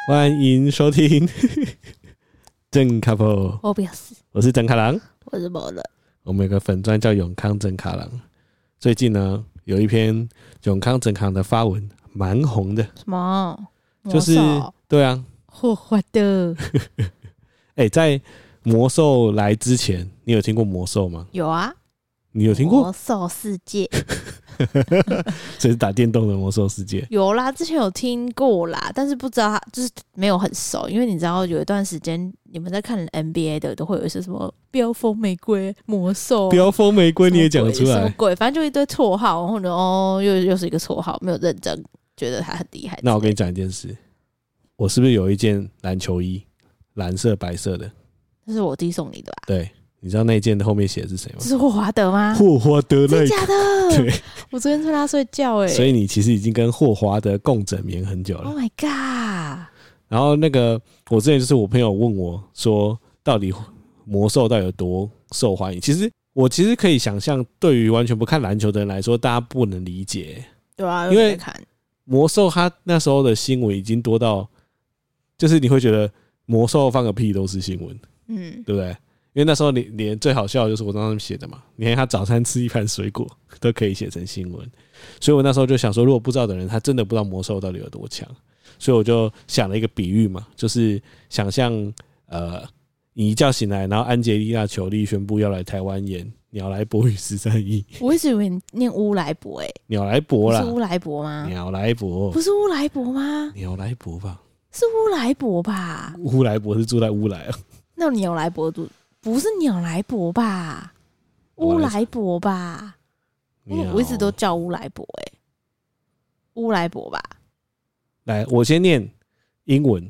欢迎收听郑 couple， 我不要死， 我是郑卡郎， 我是没人。 我们有个粉专叫永康郑卡郎。最近呢，有一篇永康郑卡郎的发文蛮红的， 什么？ 就是对啊， 霍华德在魔兽来之前，你有听过魔兽吗？ 有啊， 你有听过？ 魔兽世界所以是打电动的魔兽世界。 有啦，之前有听过啦，但是不知道它就是没有很熟，因为你知道有一段时间你们在看 NBA 的都会有一些什么飙风玫瑰、魔兽、 飙风玫瑰你也讲得出来？ 什么鬼？反正就一堆绰号，然后呢，又是一个绰号，没有认真觉得他很厉害。 那我跟你讲一件事，我是不是有一件篮球衣，蓝色白色的？ 这是我弟送你的吧？ 对，你知道那件的后面写的是谁吗？ 这是霍华德吗？ 霍华德， 真的假的？ 对， 我昨天趁他睡觉所以你其实已经跟霍华德共枕眠很久了。 Oh my god！ 然后我之前就是我朋友问我说，到底魔兽到底有多受欢迎？其实可以想象，对于完全不看篮球的人来说，大家不能理解。 对啊， 因为看魔兽他那时候的新闻已经多到，就是你会觉得魔兽放个屁都是新闻，对不对？因为那时候连最好笑的就是我当时写的嘛，你看他早餐吃一盘水果都可以写成新闻，所以我那时候就想说，如果不知道的人他真的不知道魔兽到底有多强，所以我就想了一个比喻嘛，就是想象你一觉醒来，然后安吉丽娜·裘丽宣布要来台湾演《鸟来伯与13亿》， 我一直以为你念乌来伯鸟来伯啦， 是乌来伯吗？ 鸟来伯不是乌来伯吗？ 鸟来伯吧？ 是乌来伯吧？ 乌来伯是住在乌来啊， 那鸟来伯不是鸟来伯吧？乌来伯吧？我一直都叫乌来伯乌来伯吧？ 来，我先念英文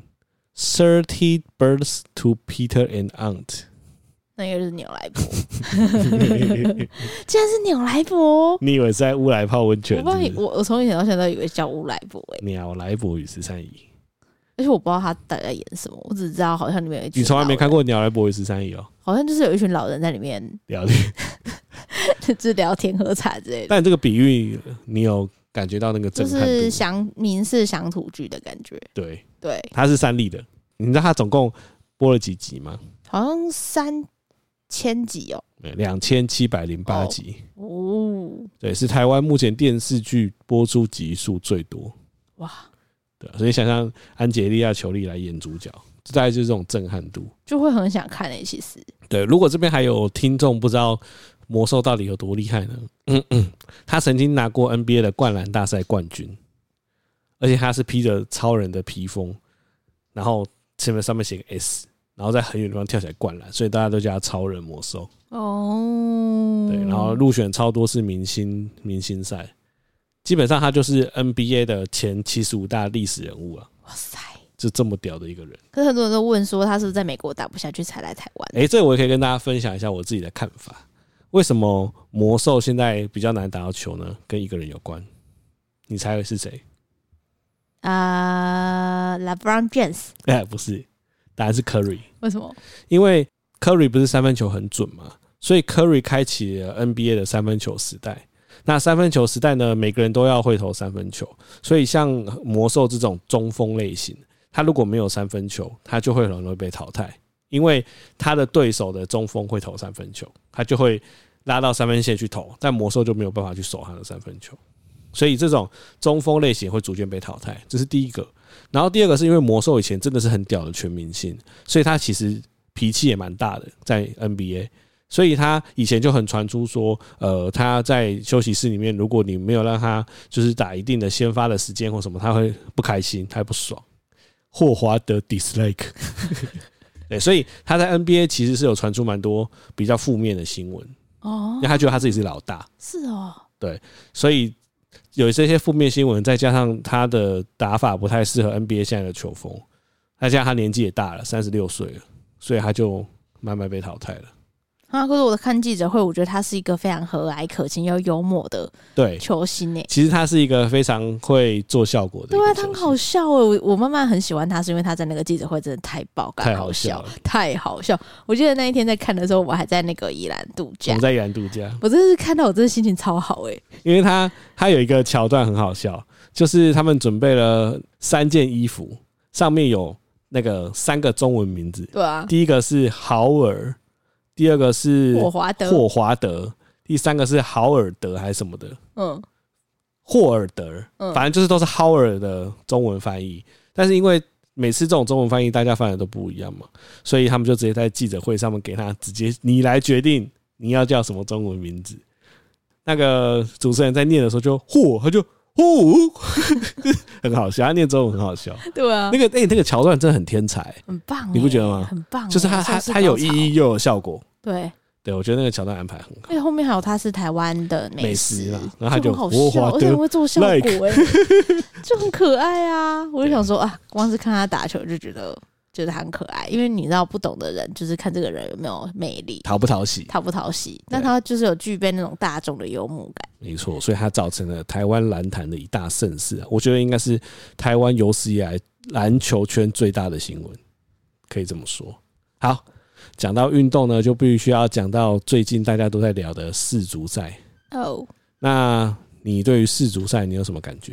：30 births to Peter and Aunt。 那应该就是鸟来伯，竟然是鸟来伯！ 你以为是在乌来泡温泉？ 我从以前到现在都以为叫乌来伯鸟来伯与13亿。 而且我不知道他到底在演什么，我只知道好像里面有一群。 你从来没看过《鸟来伯与13亿》哦？ 好像就是有一群老人在里面聊天， 就是聊天喝茶之类的。 但这个比喻，你有感觉到那个震撼度？ 就是民事乡土剧的感觉。 对， 它是3立的。你知道他总共播了几集吗？ 好像3000集哦 ，2708集哦。 对，是台湾目前电视剧播出集数最多。 哇！ 对，所以想象安吉丽亚·裘丽来演主角，大概就是这种震撼度， 就会很想看其实， 对，如果这边还有听众不知道魔兽到底有多厉害呢？他曾经拿过 NBA 的灌篮大赛冠军，而且他是披着超人的披风，然后上面写个 S， 然后在很远的地方跳起来灌篮，所以大家都叫他超人魔兽。哦，对，然后入选超多次明星赛。基本上他就是 NBA 的前75大历史人物啊！ 哇塞， 就这么屌的一个人。 可是很多人都问说，他是不是在美国打不下去才来台湾？ 这我也可以跟大家分享一下我自己的看法。为什么魔兽现在比较难打到球呢？跟一个人有关，你猜是谁 ？LeBron James？ 不是，答案是 Curry。 为什么？ 因为 Curry 不是三分球很准嘛，所以 Curry 开启了 NBA 的三分球时代。那三分球时代呢，每个人都要会投三分球，所以像魔兽这种中锋类型，他如果没有三分球，他就会很容易被淘汰，因为他的对手的中锋会投三分球，他就会拉到三分线去投，但魔兽就没有办法去守他的三分球，所以这种中锋类型会逐渐被淘汰，这是第一个。然后第二个是因为魔兽以前真的是很屌的全明星，所以他其实脾气也蛮大的，在 NBA。所以他以前就很传出说，他在休息室里面，如果你没有让他就是打一定的先发的时间或什么，他会不开心，他会不爽。霍华德 dislike， 对，所以他在 NBA 其实是有传出蛮多比较负面的新闻哦，因为他觉得他自己是老大， 是哦， 对，所以有这些负面新闻，再加上他的打法不太适合 NBA 现在的球风，再加上他年纪也大了，36岁了，所以他就慢慢被淘汰了。 可是我看记者会，我觉得他是一个非常和蔼可亲又幽默的球星其实他是一个非常会做效果的， 对啊，他很好笑我慢慢很喜欢他，是因为他在那个记者会真的太爆肝好笑，太好笑。我记得那一天在看的时候，我还在那个宜兰度假， 我们在宜兰度假， 我真是看到我真的心情超好因为他有一个桥段很好笑，就是他们准备了3件衣服， 上面有那个3个中文名字， 对啊， 第一个是豪尔，第二个是霍华德，第3个是豪尔德还是什么的，霍尔德，反正就是都是豪尔的中文翻译。但是因为每次这种中文翻译大家翻的都不一样嘛，所以他们就直接在记者会上面给他直接你来决定你要叫什么中文名字。那个主持人在念的时候就他就很好笑，他念中文很好笑。 对啊， 那个桥段真的很天才， 很棒， 你不觉得吗？ 很棒， 就是他有意义又有效果。 对， 我觉得那个桥段安排很好。 因为后面还有他是台湾的美食嘛，然后他就很好笑，而且会做效果就很可爱啊！我就想说啊，光是看他打球就觉得他很可爱，因为你知道不懂的人就是看这个人有没有魅力， 讨不讨喜， 但他就是有具备那种大众的幽默感。 没错，所以他造成了台湾篮坛的一大盛事，我觉得应该是台湾有史以来篮球圈最大的新闻，可以这么说。好，讲到运动呢，就必须要讲到最近大家都在聊的世足赛。那你对于世足赛你有什么感觉？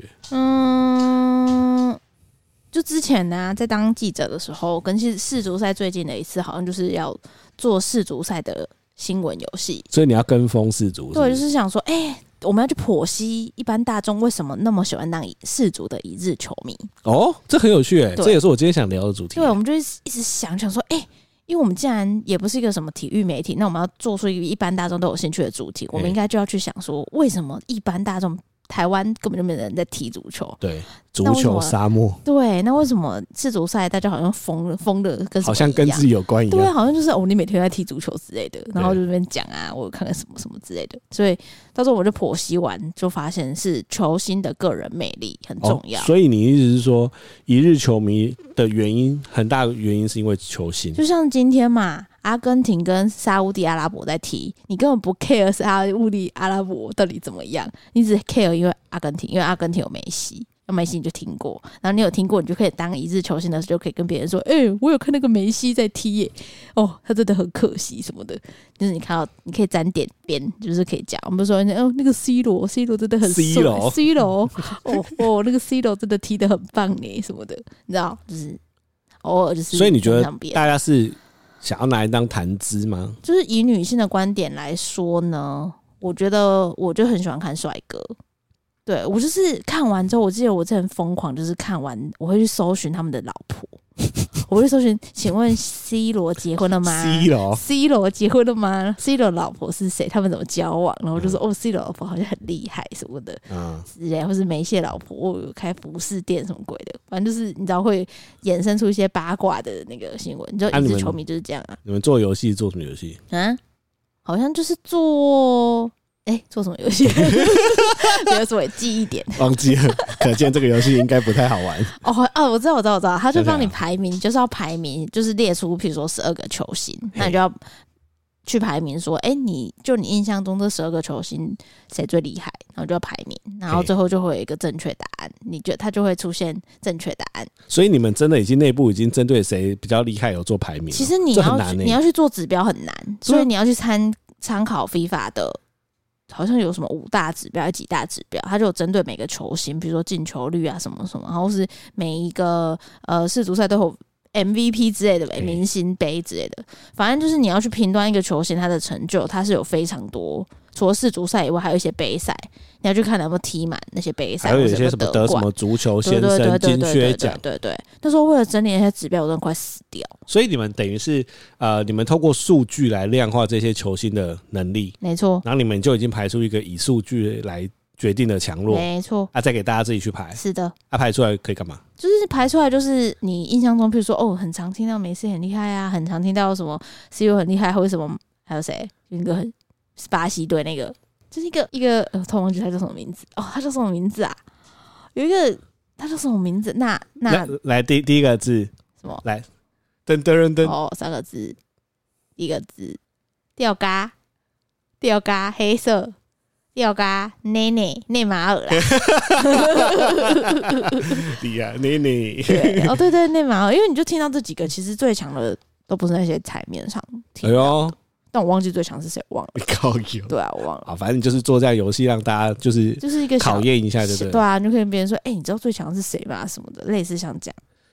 就之前呢，在当记者的时候，跟世足赛最近的一次，好像就是要做世足赛的新闻游戏， 所以你要跟风世足。 对，就是想说，我们要去剖析一般大众为什么那么喜欢当世足的一日球迷。 这很有趣这也是我今天想聊的主题。 对，我们就一直想说，因为我们既然也不是一个什么体育媒体，那我们要做出一个一般大众都有兴趣的主题，我们应该就要去想说，为什么一般大众台湾根本就没有人在踢足球？ 对，足球沙漠。 对，那为什么世足赛大家好像疯的跟什么好像跟自己有关一样？ 对，好像就是你每天在踢足球之类的，然后就在那边讲啊，我有看看什么什么之类的。所以到时候我就剖析完，就发现是球星的个人魅力很重要。 所以你意思是说，一日球迷的原因很大的原因是因为球星？ 就像今天嘛，阿根廷跟沙烏地阿拉伯在踢，你根本不 care 沙烏地阿拉伯到底怎么样，你只 care 因为阿根廷有梅西。梅西你就听过，然后你有听过，你就可以当一日球星的时候，就可以跟别人说：“我有看那个梅西在踢耶，他真的很可惜什么的。”就是你看到，你可以沾点边，就是可以讲。我们说那个 C 罗真的很 C 罗那个 C 罗真的踢得很棒呢，什么的，你知道，就是偶尔就是。 所以你觉得大家是想要拿来当谈资吗？ 就是以女性的观点来说呢，我觉得我就很喜欢看帅哥。对，我就是看完之后，我记得我之前疯狂，就是看完我会去搜寻他们的老婆，我会搜寻，请问 C 罗结婚了吗 ？C 罗结婚了吗 ？C 罗老婆是谁？他们怎么交往？然后就说C 罗老婆好像很厉害什么的，之类，或是梅西老婆有开服饰店什么鬼的，反正就是你知道会衍生出一些八卦的那个新闻。你知道一直球迷就是这样啊。 你们做游戏做什么游戏？ 好像就是做什么游戏？没有什么记忆点， 忘记了。可见这个游戏应该不太好玩。 我知道，他就帮你排名，就是要排名，就是列出，比如说12个球星，那你就要去排名，说，你印象中这12个球星谁最厉害，然后就要排名，然后最后就会有一个正确答案，他就会出现正确答案。 所以你们真的内部已经针对谁比较厉害有做排名了？ 其实你要去做指标很难，所以你要去参考 FIFA 的。好像有什么5大指标，几大指标，他就有针对每个球星，比如说进球率啊什么什么，然后是每一个世足赛都有 MVP 之类的明星杯之类的，反正就是你要去评断一个球星他的成就，他是有非常多，除了世足赛以外，还有一些杯赛，你要去看有没有踢满那些杯赛， 还有一些什么得什么足球先生金靴奖， 对，那时候为了整理那些指标，我真的快死掉。 所以你们等于是你们透过数据来量化这些球星的能力， 没错， 然后你们就已经排出一个以数据来决定的强弱， 没错， 再给大家自己去排。 是的， 排出来可以干嘛？ 就是排出来，就是你印象中，譬如说，很常听到梅西很厉害啊，很常听到什么 C 罗很厉害，或者什么，还有谁？有一个巴西队那个，就是一个突然忘记他叫什么名字他叫什么名字啊？有一个他叫什么名字？那来第一个字什么？ 来，噔 3个字，第一个字，吊嘎，黑色。吊嘎内马尔啦， 厉害内。 对，内马尔，因为你就听到这几个，其实最强的都不是那些台面上听到的，但我忘记最强是谁，忘了。对啊，我忘了。 反正就是做这样游戏，让大家就是一个考验一下，对不对？ 对啊，你就可以跟别人说，你知道最强是谁吗？什么的，类似像这样。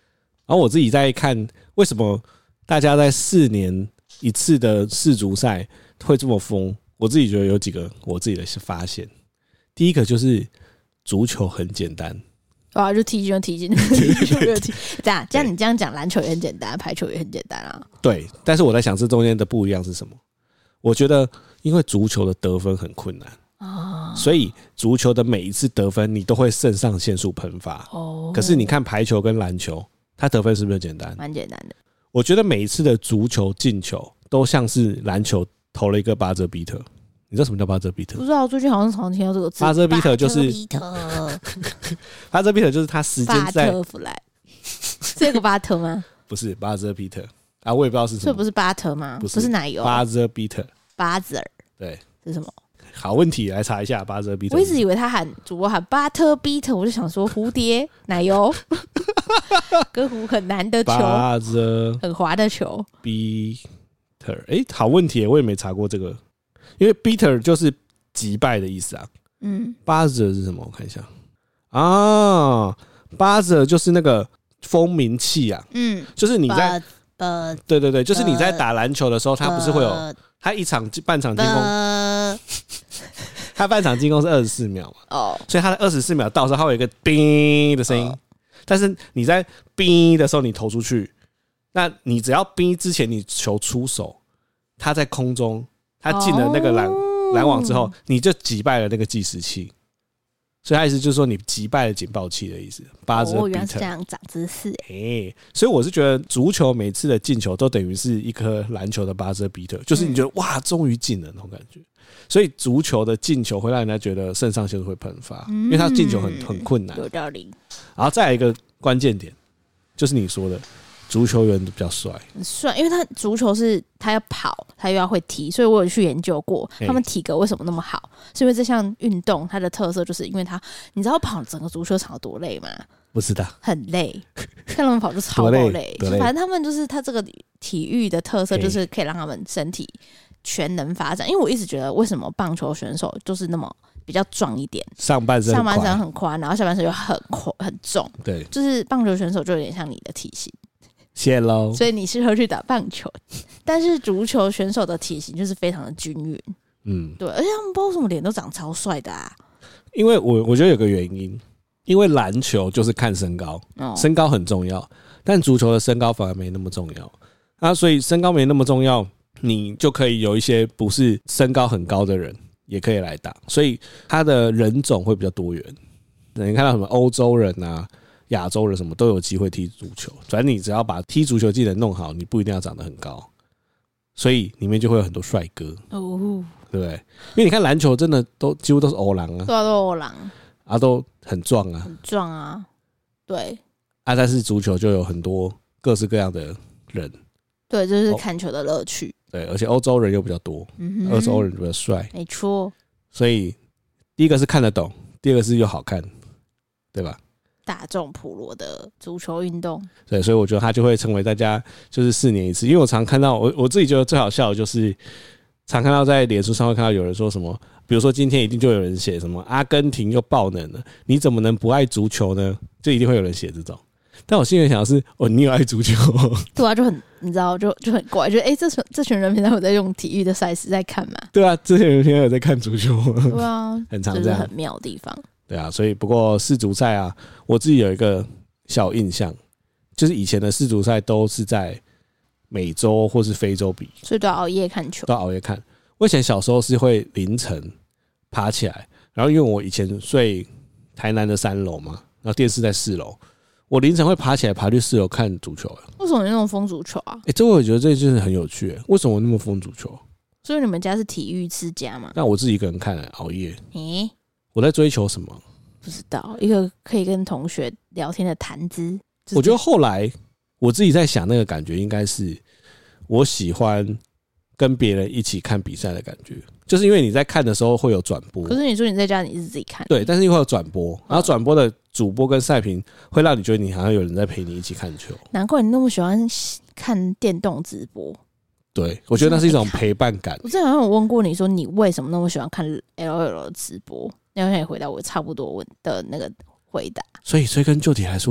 然后我自己在看为什么大家在4年一次的世足赛会这么疯，我自己觉得有几个我自己的发现。第一个就是足球很简单， 啊，就踢进就踢进，踢进就踢。这样你这样讲，篮球也很简单，排球也很简单啊。 对，但是我在想这中间的不一样是什么？我觉得因为足球的得分很困难啊，所以足球的每一次得分你都会肾上腺素喷发。哦，可是你看排球跟篮球，它得分是不是简单？ 蛮简单的。 我觉得每一次的足球进球都像是篮球投了一个巴泽比特。你知道什么叫巴泽比特？ 不知道，最近好像常听到这个字。 巴泽比特就是巴泽比特就是他时间在巴特弗莱，这个巴特吗？ 不是巴泽比特啊，我也不知道是什么。 这不是巴特吗？不是奶油。 巴泽比特， 巴泽尔， 对， 是什么？ 好问题，来查一下巴泽比特。 我一直以为他主播喊巴特比特，我就想说蝴蝶奶油，跟湖很难的球， 巴泽很滑的球。 比特，好问题，我也没查过这个。因为 bitter 就是击败的意思啊，巴泽是什么？我看一下啊，巴泽就是那个风鸣器啊，就是你在对对对，就是你在打篮球的时候，它不是会有它一场半场进攻，它半场进攻是24秒嘛，所以它的24秒到时候它会有一个叮的声音，但是你在叮的时候你投出去，那你只要叮之前你球出手，它在空中。他进了那个篮网之后，你就击败了那个计时器，所以他意思就是说你击败了警报器的意思。巴泽比特， 原来是这样，长知识。 所以我是觉得足球每次的进球都等于是一颗篮球的巴泽比特，就是你觉得哇，终于进了那种感觉。所以足球的进球会让人家觉得肾上腺素会喷发，因为他进球很困难。 有道理。 然后再来一个关键点，就是你说的。足球员比较帅， 很帅，因为他足球是他要跑，他又要会踢，所以我有去研究过他们体格为什么那么好，是因为这项运动它的特色就是因为你知道跑整个足球场有多累吗？ 不知道， 很累，看他们跑就超累，反正他们就是他这个体育的特色就是可以让他们身体全能发展。因为我一直觉得为什么棒球选手就是那么比较壮一点，上半身很宽，然后下半身又很重，对，就是棒球选手就有点像你的体型。 谢喽， 所以你适合去打棒球，但是足球选手的体型就是非常的均匀，对，而且他们不知道为什么脸都长超帅的啊。 因为我觉得有个原因，因为篮球就是看身高，身高很重要，但足球的身高反而没那么重要啊，所以身高没那么重要，你就可以有一些不是身高很高的人也可以来打，所以他的人种会比较多元。你看到什么欧洲人啊？亚洲人什么都有机会踢足球，反正你只要把踢足球技能弄好，你不一定要长得很高，所以里面就会有很多帅哥，对不对？因为你看篮球真的都几乎都是欧郎啊， 对啊，都欧郎啊，都很壮啊， 很壮啊，对啊，但是足球就有很多各式各样的人， 对，这就是看球的乐趣， 对，而且欧洲人又比较多，欧洲人比较帅， 没错， 所以第一个是看得懂，第二个是又好看，对吧？ 大众普罗的足球运动， 对，所以我觉得它就会成为大家就是4年一次。因为我常看到我自己觉得最好笑的就是常看到在脸书上会看到有人说什么，比如说今天一定就有人写什么阿根廷又爆冷了，你怎么能不爱足球呢？就一定会有人写这种。但我心里想的是，你有爱足球？ 对啊，就很你知道就很怪，就这群人平常有在用体育的赛事在看嘛？ 对啊，这些人平常有在看足球吗？ 对啊， 很常这样， 就是很妙的地方。 对啊，所以不过世足赛啊，我自己有一个小印象，就是以前的世足赛都是在美洲或是非洲比， 所以都要熬夜看球， 都要熬夜看。我以前小时候是会凌晨爬起来，然后因为我以前睡台南的3楼嘛，然后电视在4楼，我凌晨会爬起来爬去4楼看足球。 为什么你那种疯足球啊？ 这我觉得这就是很有趣，为什么我那么疯足球？ 所以你们家是体育之家吗？ 那我自己一个人看熬夜。我在追求什么？ 不知道，一个可以跟同学聊天的谈资。 我觉得后来我自己在想，那个感觉应该是我喜欢跟别人一起看比赛的感觉，就是因为你在看的时候会有转播。 可是你说你在家你是自己看， 对，但是会有转播，然后转播的主播跟赛评会让你觉得你好像有人在陪你一起看球。 难怪你那么喜欢看电动直播。 对，我觉得那是一种陪伴感。 我之前好像有问过你说你为什么那么喜欢看 LOL 的直播，你好像也回答我差不多的那个回答。 所以追根究底来说，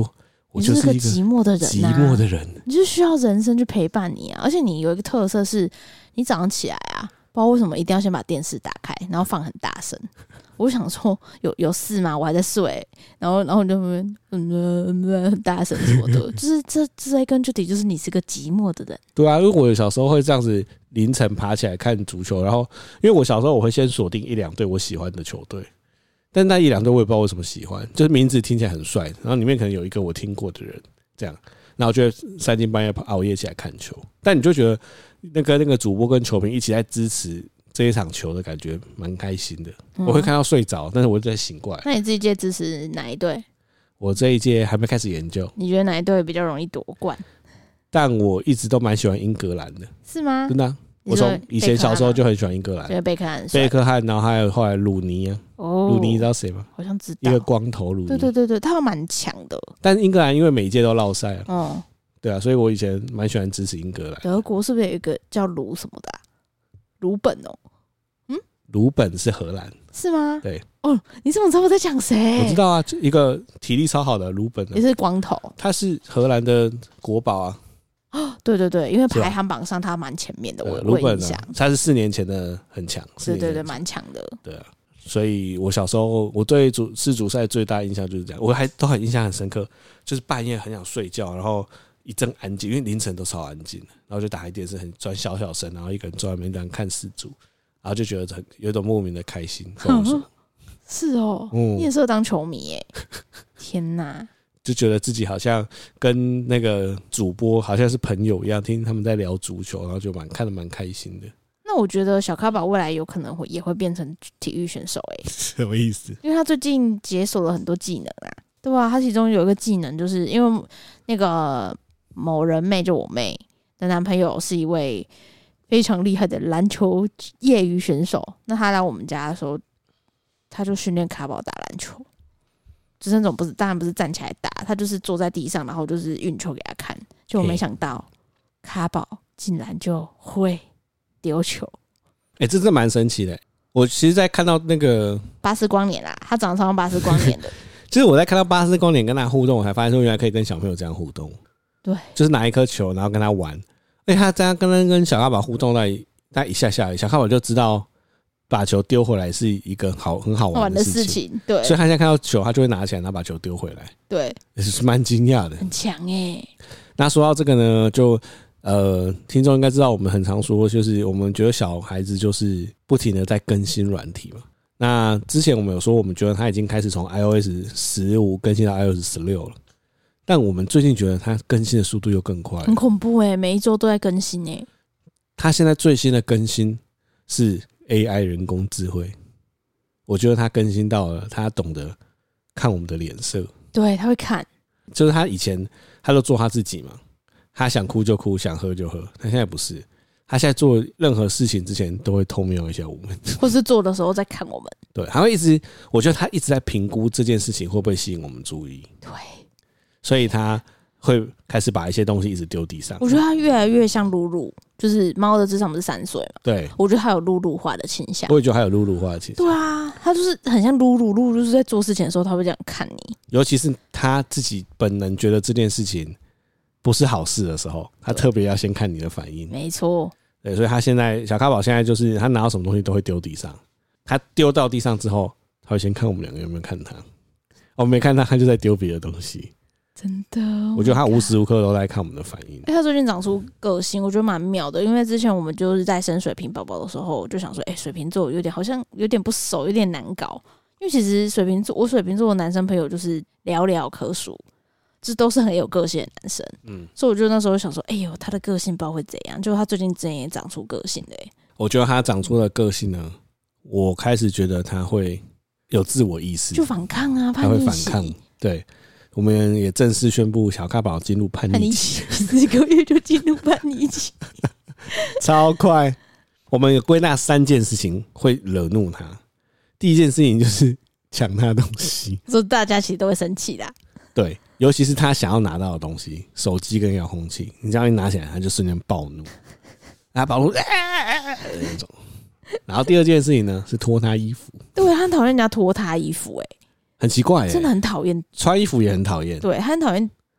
我就是一个寂寞的人、啊， 寂寞的人， 你就需要人生去陪伴你啊！而且你有一个特色是，你早上起来啊，不知道为什么一定要先把电视打开，然后放很大声。我想说有事吗？我还在睡，然后你就很大声什么的，就是这一根就底就是你是个寂寞的人。 对啊，因为我小时候会这样子凌晨爬起来看足球，然后因为我小时候我会先锁定一两队我喜欢的球队，但那一两队我也不知道为什么喜欢，就是名字听起来很帅，然后里面可能有一个我听过的人，这样，然后我就3更半夜熬夜起来看球，但你就觉得那个主播跟球评一起在支持这一场球的感觉蛮开心的，我会看到睡着，但是我就再醒过来。 那你这一届支持哪一队？ 我这一届还没开始研究。 你觉得哪一队比较容易夺冠？ 但我一直都蛮喜欢英格兰的。 是吗？ 真的啊，我从以前小时候就很喜欢英格兰， 觉得贝克汉， 贝克汉，然后还有后来鲁尼啊。鲁尼你知道谁吗？ 好像知道， 一个光头鲁尼。 对，他蛮强的。 但英格兰因为每一届都落赛啊。 哦， 对啊，所以我以前蛮喜欢支持英格兰。 德国是不是有一个叫卢什么的、啊？卢本哦。 卢本是荷兰， 是吗？ 对。 哦，你怎么知道我在讲谁？ 我知道啊，一个体力超好的卢本， 也是光头， 他是荷兰的国宝啊。 哦，对，因为排行榜上他蛮前面的， 卢本印象他是4年前的很强， 对，蛮强的。 对啊，所以我小时候我对世足赛最大的印象就是这样，我还都很印象很深刻，就是半夜很想睡觉，然后一阵安静，因为凌晨都超安静，然后就打开电视，很转小声，然后一个人坐在那边这样看世足，然后就觉得有一种莫名的开心。 是哦，你也适合当球迷耶！天哪， 就觉得自己好像跟那个主播好像是朋友一样，听他们在聊足球，然后就看得蛮开心的。 那我觉得小咖宝未来有可能也会变成体育选手哎， 什么意思？ 因为他最近解锁了很多技能啊，对吧？他其中有一个技能，就是因为那个某人妹，就我妹的男朋友是一位非常厉害的篮球业余选手。那他来我们家的时候，他就训练卡宝打篮球。就是那种当然不是站起来打，他就是坐在地上，然后就是运球给他看。就我没想到卡宝竟然就会丢球， 这真的蛮神奇的。我其实在看到那个巴斯光年啦，他长得超像巴斯光年的。 就是我在看到巴斯光年跟他互动，我才发现说原来可以跟小朋友这样互动。 对，就是拿一颗球，然后跟他玩。而且他这样跟小咖宝互动那一下下，小咖宝就知道把球丢回来是一个很好玩的事情。 对， 所以他现在看到球，他就会拿起来，然后把球丢回来。 对， 也是蛮惊讶的， 很强欸。 那说到这个呢，就听众应该知道，我们很常说，就是我们觉得小孩子就是不停的在更新软体嘛。那之前我们有说，我们觉得他已经开始从 iOS 15更新到 iOS 16了，但我们最近觉得他更新的速度又更快， 很恐怖欸，每一周都在更新欸。 他现在最新的更新是 AI 人工智慧，我觉得他更新到了，他懂得看我们的脸色。对， 他会看， 就是他以前他都做他自己嘛，他想哭就哭，想喝就喝。他现在不是，他现在做任何事情之前都会偷瞄一下我们， 或是做的时候再看我们。 对，他会一直，我觉得他一直在评估这件事情会不会吸引我们注意。 对， 所以他会开始把一些东西一直丢地上。 我觉得他越来越像露露，就是猫的智商不是3岁嘛？ 对， 我觉得他有露露化的倾向。 我也觉得他有露露化的倾向。 对啊，他就是很像露露，露露就是在做事情的时候，他会这样看你。 尤其是他自己本能觉得这件事情不是好事的时候，他特别要先看你的反应。 没错。 对，所以他现在小咖宝现在就是他拿到什么东西都会丢地上，他丢到地上之后，他会先看我们两个有没有看他。我没看他，他就在丢别的东西。 真的， 我觉得他无时无刻都在看我们的反应。 他最近长出个性，我觉得蛮妙的。因为之前我们就是在生水瓶宝宝的时候，就想说，水瓶座好像有点不熟，有点难搞。因为其实我水瓶座的男生朋友就是寥寥可数，这都是很有个性的男生。所以我就那时候想说，他的个性不知道会怎样。就他最近真也长出个性的。 我觉得他长出的个性呢，我开始觉得他会有自我意识， 就反抗啊， 他会反抗。对。我们也正式宣布小咖宝进入叛逆期 ，4个月就进入叛逆期， 超快。我们有归纳3件事情会惹怒他。第一件事情就是抢他的东西， 说大家其实都会生气的。 对，尤其是他想要拿到的东西，手机跟遥控器，你只要一拿起来，他就瞬间暴怒，他暴怒那种。然后第二件事情呢，是脱他衣服。 对，他很讨厌人家脱他衣服， 很奇怪， 真的很讨厌。 穿衣服也很讨厌。 对，他很讨厌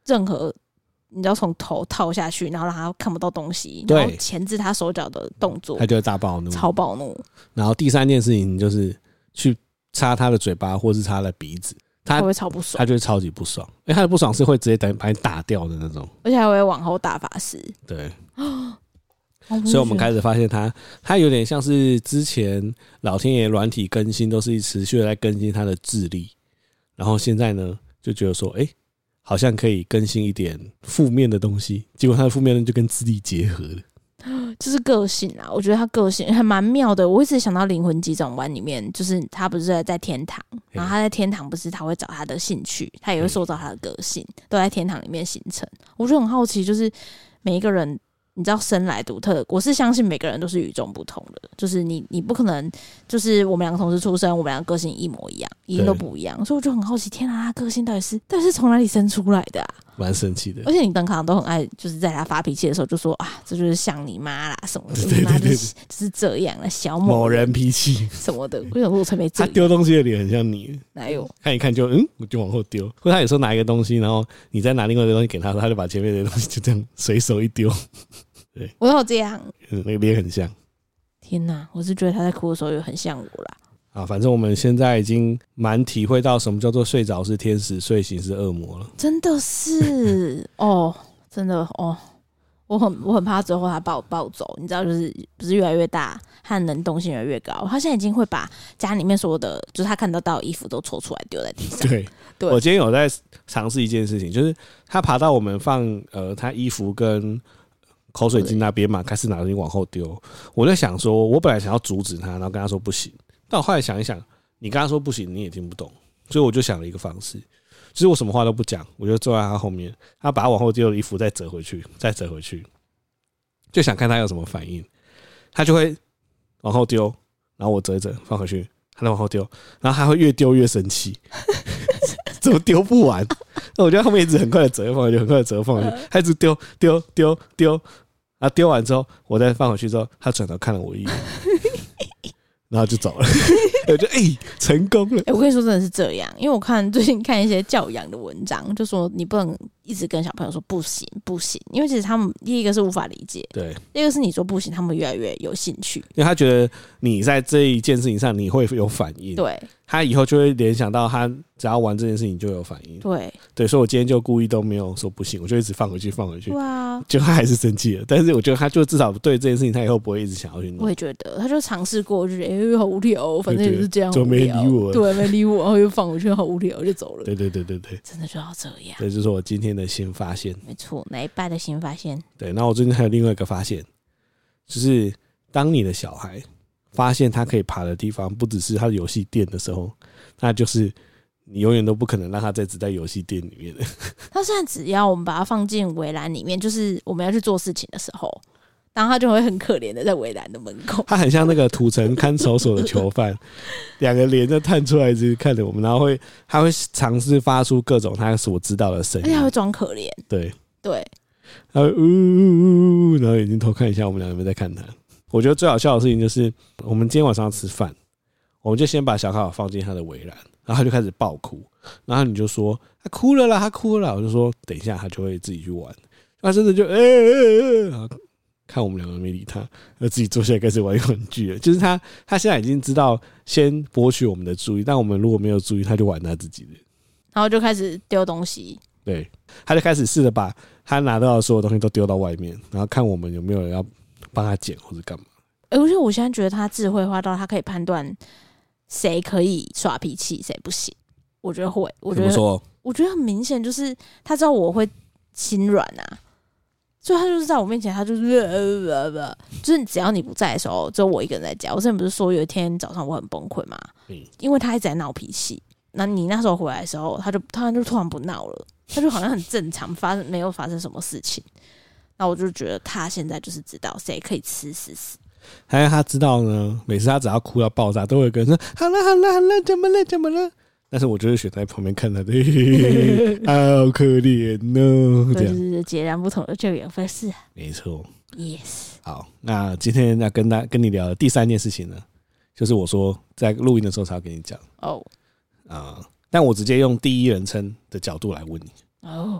任何你要从头套下去，然后让他看不到东西， 对， 然后钳制他手脚的动作， 他就会大暴怒， 超暴怒。 然后第三件事情就是去擦他的嘴巴或是擦他的鼻子，他会超不爽， 他就会超级不爽，因为他的不爽是会直接等于把你打掉的那种， 而且还会往后大法师。 对。所以我们开始发现他有点像是之前老天爷软体更新都是持续的在更新他的智力，然后现在呢就觉得说好像可以更新一点负面的东西，结果他的负面就跟智力结合了， 就是个性啊，我觉得他个性还蛮妙的。我一直想到《灵魂急转弯》里面，就是他不是在天堂，然后他在天堂不是他会找他的兴趣，他也会塑造他的个性，都在天堂里面形成。我就很好奇，就是每一个人。你知道生来独特，我是相信每个人都是与众不同的，就是你不可能就是我们两个同时出生，我们两个个性一模一样，一定都不一样，所以我就很好奇，天啊，他个性到底是从哪里生出来的啊？ 蛮神奇的。 而且你登康都很爱，就是在他发脾气的时候就说啊，这就是像你妈啦什么的， 对你妈就是这样了，小某人脾气什么的。我想说我才没这样， 他丢东西的脸很像你， 哪有？ 看一看就我就往后丢，或者他有时候拿一个东西，然后你再拿另外一个东西给他，他就把前面的东西就这样随手一丢。对， 我有这样， 那个脸很像。 天哪，我是觉得他在哭的时候也很像我啦。 啊，反正我们现在已经蛮体会到什么叫做睡着是天使，睡醒是恶魔了。 真的是哦，真的哦，我很怕之后他把我抱走，你知道，就是不是越来越大，和能动性越来越高。他现在已经会把家里面所有的，就是他看得到的衣服都抽出来丢在地上。 对，我今天有在尝试一件事情，就是他爬到我们放他衣服跟口水巾那边嘛，开始拿东西往后丢。我在想说，我本来想要阻止他，然后跟他说不行，但我后来想一想，你跟他说不行，你也听不懂，所以我就想了一个方式，就是我什么话都不讲，我就坐在他后面，他把他往后丢的衣服再折回去，就想看他有什么反应。他就会往后丢，然后我折一折放回去，他再往后丢，然后他会越丢越生气，怎么丢不完？那我觉得后面一直很快的折放回去，很快的折放回去，他一直丢，然后丢完之后，我再放回去之后，他转头看了我一眼，然后就走了。我就成功了。 我跟你说，真的是这样，因为我最近看一些教养的文章，就说你不能一直跟小朋友说不行，因为其实他们第一个是无法理解， 对， 第二个是你说不行，他们越来越有兴趣， 因为他觉得你在这一件事情上你会有反应， 对， 他以后就会联想到他只要玩这件事情就有反应，对，所以我今天就故意都没有说不行，我就一直放回去， 哇， 就他还是生气了，但是我觉得他就至少对这件事情他以后不会一直想要去弄。 我也觉得，他就尝试过，就觉得好无聊，反正也是这样， 就没理我， 对，没理我，然后又放回去，好无聊，就走了。 对， 真的就要这样。 这就是我今天的新发现。 没错，哪一拜的新发现？ 对，那我最近还有另外一个发现，就是当你的小孩发现他可以爬的地方不只是他的游戏店的时候，那就是你永远都不可能让他只在游戏店里面的。 他现在只要我们把他放进围栏里面，就是我们要去做事情的时候，然后他就会很可怜的在围栏的门口。 他很像那个土城看守所的囚犯，两个脸就探出来，一直看着我们，然后他会尝试发出各种他所知道的声音， 而且他会装可怜。 对， 他会然后眼睛偷看一下我们两个有没有在看他。我觉得最好笑的事情就是，我们今天晚上要吃饭，我们就先把小卡放进他的围栏，然后他就开始爆哭，然后你就说他哭了啦，我就说等一下他就会自己去玩，他真的就然后看我们两个没理他，自己坐下来开始玩玩具了。就是他现在已经知道先博取我们的注意，但我们如果没有注意，他就玩他自己的， 然后就开始丢东西。 对，他就开始试着把他拿到的所有东西都丢到外面，然后看我们有没有人要帮他捡或者干嘛。 而且我现在觉得他智慧化到他可以判断谁可以耍脾气，谁不行。我觉得会，我觉得很明显，就是他知道我会心软啊，所以他就是在我面前，他就是就是只要你不在的时候，只有我一个人在家。我之前不是说有一天早上我很崩溃嘛，因为他一直在闹脾气。那你那时候回来的时候，他就突然不闹了，他就好像很正常，没有发生什么事情。那我就觉得他现在就是知道谁可以吃死。 还有他知道呢，每次他只要哭到爆炸，都会跟人说好了，怎么了？但是我就是选在旁边看他的，好可怜哦，这样就是截然不同的救援方式。 没错 ，yes。 好，那今天要跟你聊的第三件事情呢，就是我说在录音的时候才要跟你讲但我直接用第一人称的角度来问你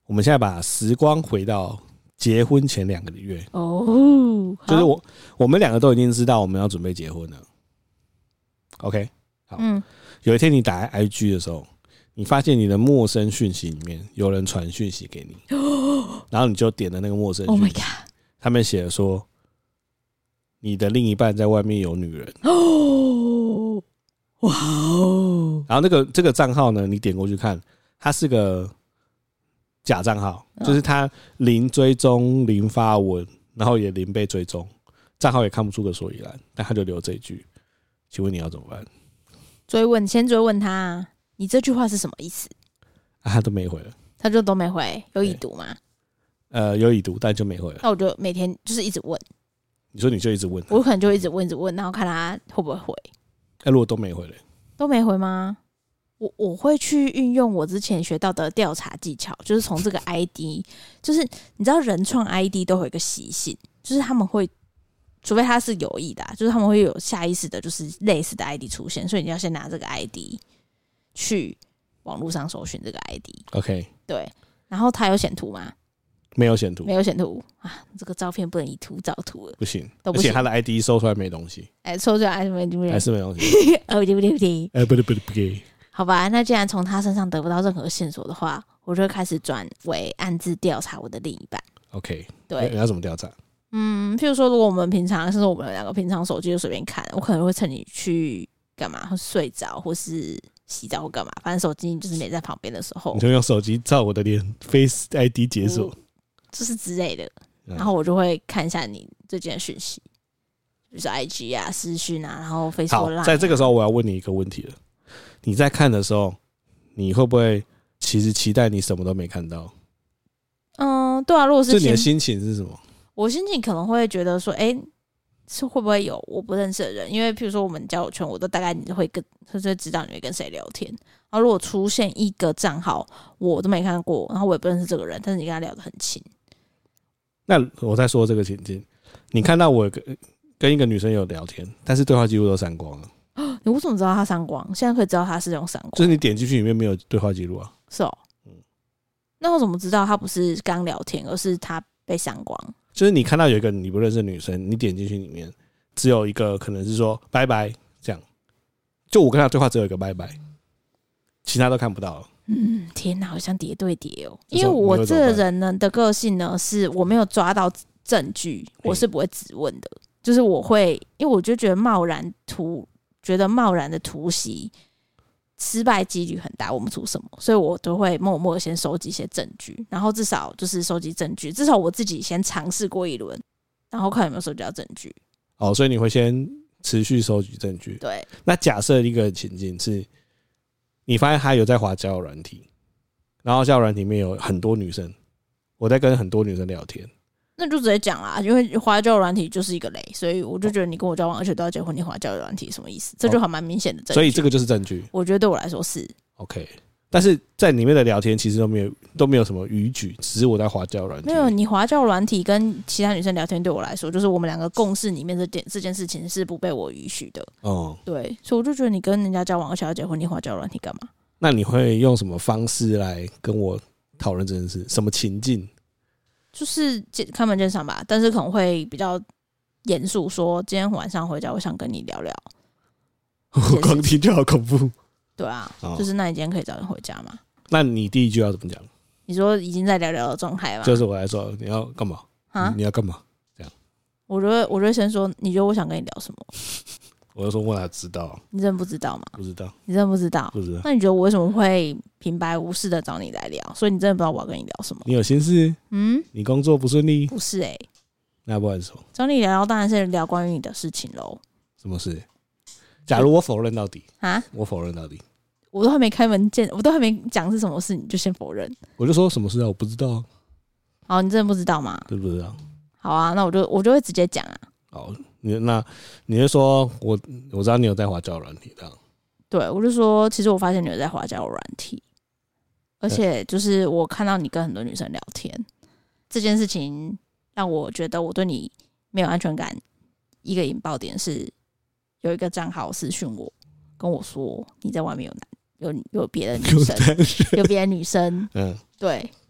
我们现在把时光回到结婚前2个月哦， 就是我们2个都已经知道我们要准备结婚了。OK， 好，有一天你打开 IG 的时候，你发现你的陌生讯息里面有人传讯息给你，然后你就点了那个陌生讯息。 Oh my god！ 他们写了说，你的另一半在外面有女人。 哦，哇哦！ 然后这个账号呢，你点过去看，它是个假账号，就是他零追踪、零发文，然后也零被追踪，账号也看不出个所以然，但他就留这一句，请问你要怎么办？ 先追问他，你这句话是什么意思？ 啊，他都没回了， 他就都没回，有已读吗？ 有已读，但就没回了。 那我就每天就是一直问。 你说你就一直问他， 我可能就一直问，然后看他会不会回。 如果都没回了， 都没回吗？我会去运用我之前学到的调查技巧，就是从这个 ID， 就是你知道人创 ID 都会有一个习性，就是他们会，除非他是有意的就是他们会有下意识的，就是类似的 ID 出现，所以你要先拿这个 ID 去网络上搜寻这个 ID。OK， 对，然后他有显图吗？ 没有显图， 没有显图啊！这个照片不能以图找图了， 不行， 都不行。 而且他的 ID 搜出来没东西， 搜出来还是没东西， 还是没东西。 不对， 不对。 好吧，那既然从他身上得不到任何线索的话，我就会开始转为暗自调查我的另一半。 OK， 对， 你要怎么调查？ 譬如说，如果我们平常，甚至我们2个平常手机就随便看，我可能会趁你去干嘛，睡着或是洗澡或干嘛，反正手机就是没在旁边的时候， 你就用手机照我的脸 ，Face ID 解锁， 就是之类的。然后我就会看一下你最近的讯息，比如说 IG 啊、私讯啊，然后 Facebook 好，在这个时候我要问你一个问题了。你在看的时候，你会不会其实期待你什么都没看到？ 对啊，如果是你的心情是什么？ 我心情可能会觉得说，是会不会有我不认识的人？因为譬如说我们交友圈，我都大概你会就是知道你会跟谁聊天。然后如果出现一个账号我都没看过，然后我也不认识这个人，但是你跟他聊得很亲， 那我在说这个情境，你看到我跟一个女生有聊天，但是对话记录都删光了。 你为什么知道他删光？现在可以知道他是用删光， 就是你点进去里面没有对话记录啊。 是哦，那我怎么知道他不是刚聊天，而是他被删光？ 就是你看到有一个你不认识的女生，你点进去里面只有一个可能是说拜拜这样，就我跟她对话只有一个拜拜，其他都看不到了。 天哪，好像叠对叠哦。因为我这个人呢的个性呢，是我没有抓到证据，我是不会质问的。就是我会，因为我就觉得贸然的突袭，失败几率很大，问不出什么，所以我都会默默先收集一些证据，然后至少就是收集证据，至少我自己先尝试过一轮，然后看有没有收集到证据。哦， 所以你会先持续收集证据。 对。 那假设一个情境是，你发现他有在滑交友软体，然后交友软体里面有很多女生，我在跟很多女生聊天。那就直接讲啦，因为滑交友软体就是一个雷，所以我就觉得你跟我交往而且都要结婚，你滑交友软体什么意思？这就还蛮明显的证据。 所以这个就是证据。 我觉得对我来说是 OK， 但是在里面的聊天其实都没有什么逾矩，只是我在滑交友软体。 没有，你滑交友软体跟其他女生聊天，对我来说就是我们2个共识里面这件事情是不被我允许的。对，所以我就觉得你跟人家交往而且要结婚，你滑交友软体干嘛？ 那你会用什么方式来跟我讨论这件事？什么情境？ 就是开门见山吧，但是可能会比较严肃，说今天晚上回家，我想跟你聊聊。 我光听就好恐怖。 对啊，就是那你今天可以早点回家吗？ 那你第一句要怎么讲？ 你说已经在聊聊的状态吗？ 就是我来说，你要干嘛？你要干嘛？这样，我就会先说，你觉得我想跟你聊什么？ 我就说我哪知道？ 你真的不知道吗？ 不知道。 你真的不知道？ 不知道。 那你觉得我为什么会平白无事的找你来聊？所以你真的不知道我要跟你聊什么？ 你有心事？你工作不顺利？ 不是那不然说找你聊，当然是聊关于你的事情喽。 什么事？假如我否认到底啊？我否认到底， 我都还没开门见，我都还没讲是什么事，你就先否认？我就说什么事啊？我不知道。 好，你真的不知道吗？ 对，不知道。 好啊，那我就会直接讲啊。 好，你就说我知道你有在滑交友软体这样。 对，我就说其实我发现你有在滑交友软体，而且就是我看到你跟很多女生聊天，这件事情让我觉得我对你没有安全感。一个引爆点是有一个账号私讯我，跟我说你在外面有别的女生，有别的女生。对，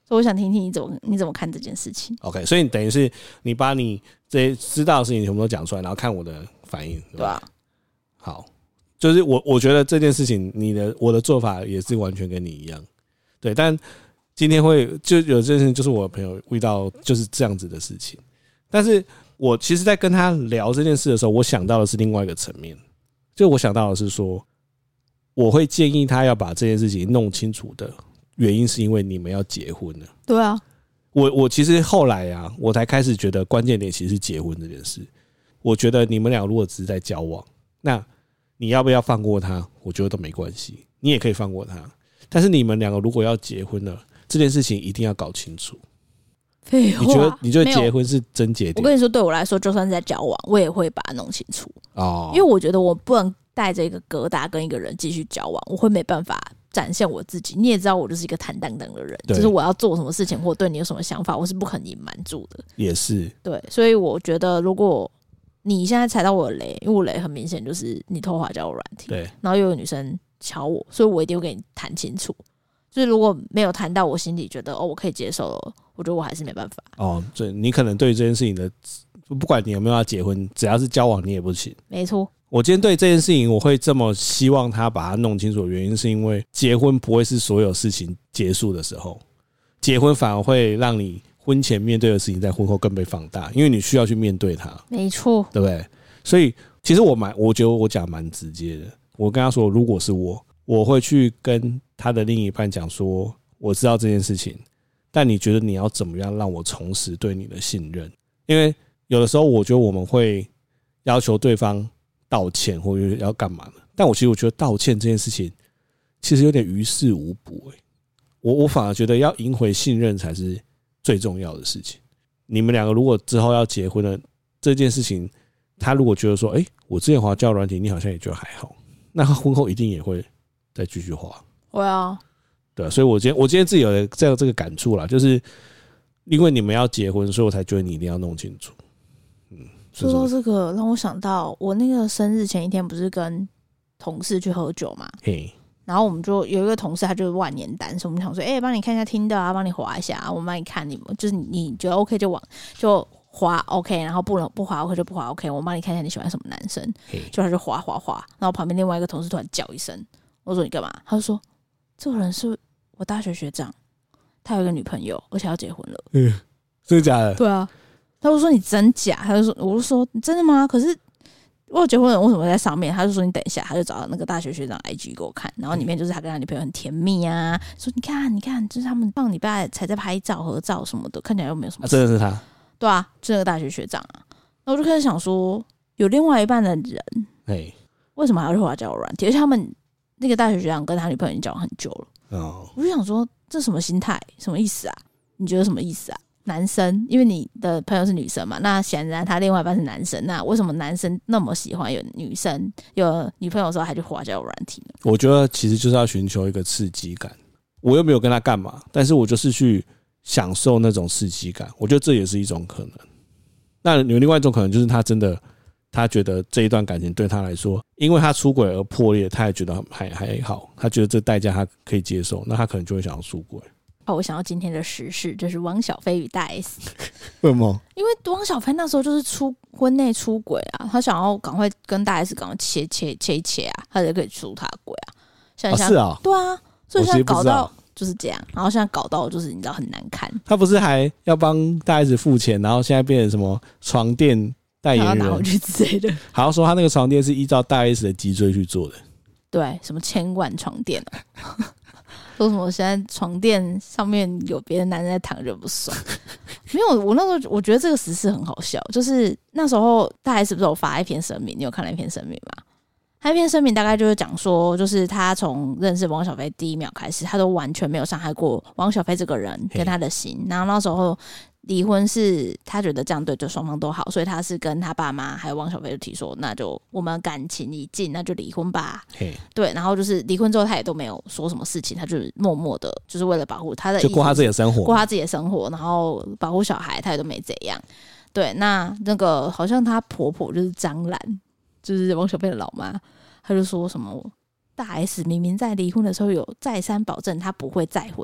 所以我想听听你怎么看这件事情。 OK， 所以等于是你把你这些知道的事情全部都讲出来，然后看我的反应，对吧？好，就是我觉得这件事情我的做法也是完全跟你一样，对，但今天就有这件事情，就是我的朋友遇到就是这样子的事情，但是我其实在跟他聊这件事的时候，我想到的是另外一个层面，就我想到的是说，我会建议他要把这件事情弄清楚的原因是因为你们要结婚了。 对啊， 我其实后来啊，我才开始觉得关键点其实是结婚这件事。我觉得你们俩如果只是在交往，那你要不要放过他？我觉得都没关系，你也可以放过他。但是你们两个如果要结婚了，这件事情一定要搞清楚。 废话， 你觉得结婚是症结点？ 我跟你说，对我来说，就算是在交往，我也会把它弄清楚哦， 因为我觉得我不能带着一个疙瘩跟一个人继续交往，我会没办法展现我自己。你也知道，我就是一个坦荡荡的人，就是我要做什么事情或对你有什么想法，我是不可能隐瞒住的。 也是对，所以我觉得，如果你现在踩到我的雷，因为我雷很明显就是你偷滑交友软体， 对， 然后又有女生敲我，所以我一定会跟你谈清楚。就是如果没有谈到我心里觉得我可以接受了，我觉得我还是没办法。 哦，对，你可能对这件事情的，不管你有没有要结婚，只要是交往你也不行。 没错。 我今天对这件事情我会这么希望他把它弄清楚的原因，是因为结婚不会是所有事情结束的时候，结婚反而会让你婚前面对的事情在婚后更被放大，因为你需要去面对它。 没错， 对不对？所以其实我觉得我讲蛮直接的。我跟他说，如果是我会去跟他的另一半讲说，我知道这件事情，但你觉得你要怎么样让我重拾对你的信任？因为有的时候我觉得我们会要求对方道歉或者要干嘛的，但我觉得道歉这件事情其实有点于事无补。我反而觉得要赢回信任才是最重要的事情。你们两个如果之后要结婚了，这件事情他如果觉得说，我之前滑交友软体，你好像也觉得还好，那他婚后一定也会再继续滑。 会啊， 对，所以我今天自己有这个感触啦，就是因为你们要结婚，所以我才觉得你一定要弄清楚。 说到这个，让我想到我那个生日前一天不是跟同事去喝酒嘛，然后我们就有一个同事，他就是万年单身，我们想说，帮你看一下Tinder啊，帮你滑一下，我们帮你看，就是你觉得 OK 就滑 OK， 然后不滑 OK 就不滑 OK， 我帮你看一下你喜欢什么男生，就他就滑，然后旁边另外一个同事突然叫一声，我说你干嘛？他就说这个人是我大学学长，他有一个女朋友，而且要结婚了。 真的假的？ 对啊，他就说你真假？我就说真的吗？可是我有结婚的人为什么会在上面？他就说你等一下，他就找到那个大学学长 IG 给我看，然后里面就是他跟他女朋友很甜蜜啊，说你看，就是他们上礼拜才在拍照合照什么的，看起来又没有什么事。 真的是他？ 对啊，就那个大学学长啊。那我就开始想说，有另外一半的人，为什么还要去滑交友软体？而且他们那个大学学长跟他女朋友已经交往很久了。我就想说，这什么心态？什么意思啊？你觉得什么意思啊？男生，因为你的朋友是女生嘛，那显然他另外一半是男生，那为什么男生那么喜欢有女生有女朋友的时候还去滑交友软体呢？我觉得其实就是要寻求一个刺激感，我又没有跟他干嘛，但是我就是去享受那种刺激感，我觉得这也是一种可能。那有另外一种可能，就是他真的他觉得这一段感情对他来说，因为他出轨而破裂，他也觉得还好，他觉得这代价他可以接受，那他可能就会想要出轨。 我想要今天的时事就是汪小菲与大 S。 为什么？因为汪小菲那时候就是婚内出轨啊，他想要赶快跟大 S 赶快切一切啊，他就可以出他轨啊。 是啊， 对啊，所以现在搞到就是这样，然后现在搞到就是你知道很难看。 他不是还要帮大 S 付钱，然后现在变成什么床垫代言人， 拿回去之类的。 好像说他那个床垫是依照大 S 的脊椎去做的。 对，什么千万床垫说什么现在床垫上面有别的男人在躺就不爽。没有，我那时候我觉得这个时事很好笑，就是那时候大 S 不是有发一篇声明，你有看那篇声明吗？他一篇声明大概就是讲说，就是他从认识汪小菲第一秒开始，他都完全没有伤害过汪小菲这个人跟他的心。然后那时候离婚是他觉得这样对双方都好，所以他是跟他爸妈还有汪小菲就提说，那就我们感情已尽，那就离婚吧。对，然后就是离婚之后他也都没有说什么事情，他就是默默的，就是为了保护他的， 就过他自己的生活， 过他自己的生活，然后保护小孩，他也都没怎样。对，那个好像他婆婆就是张兰，就是汪小菲的老妈，他就说什么大 S 明明在离婚的时候有再三保证他不会再婚。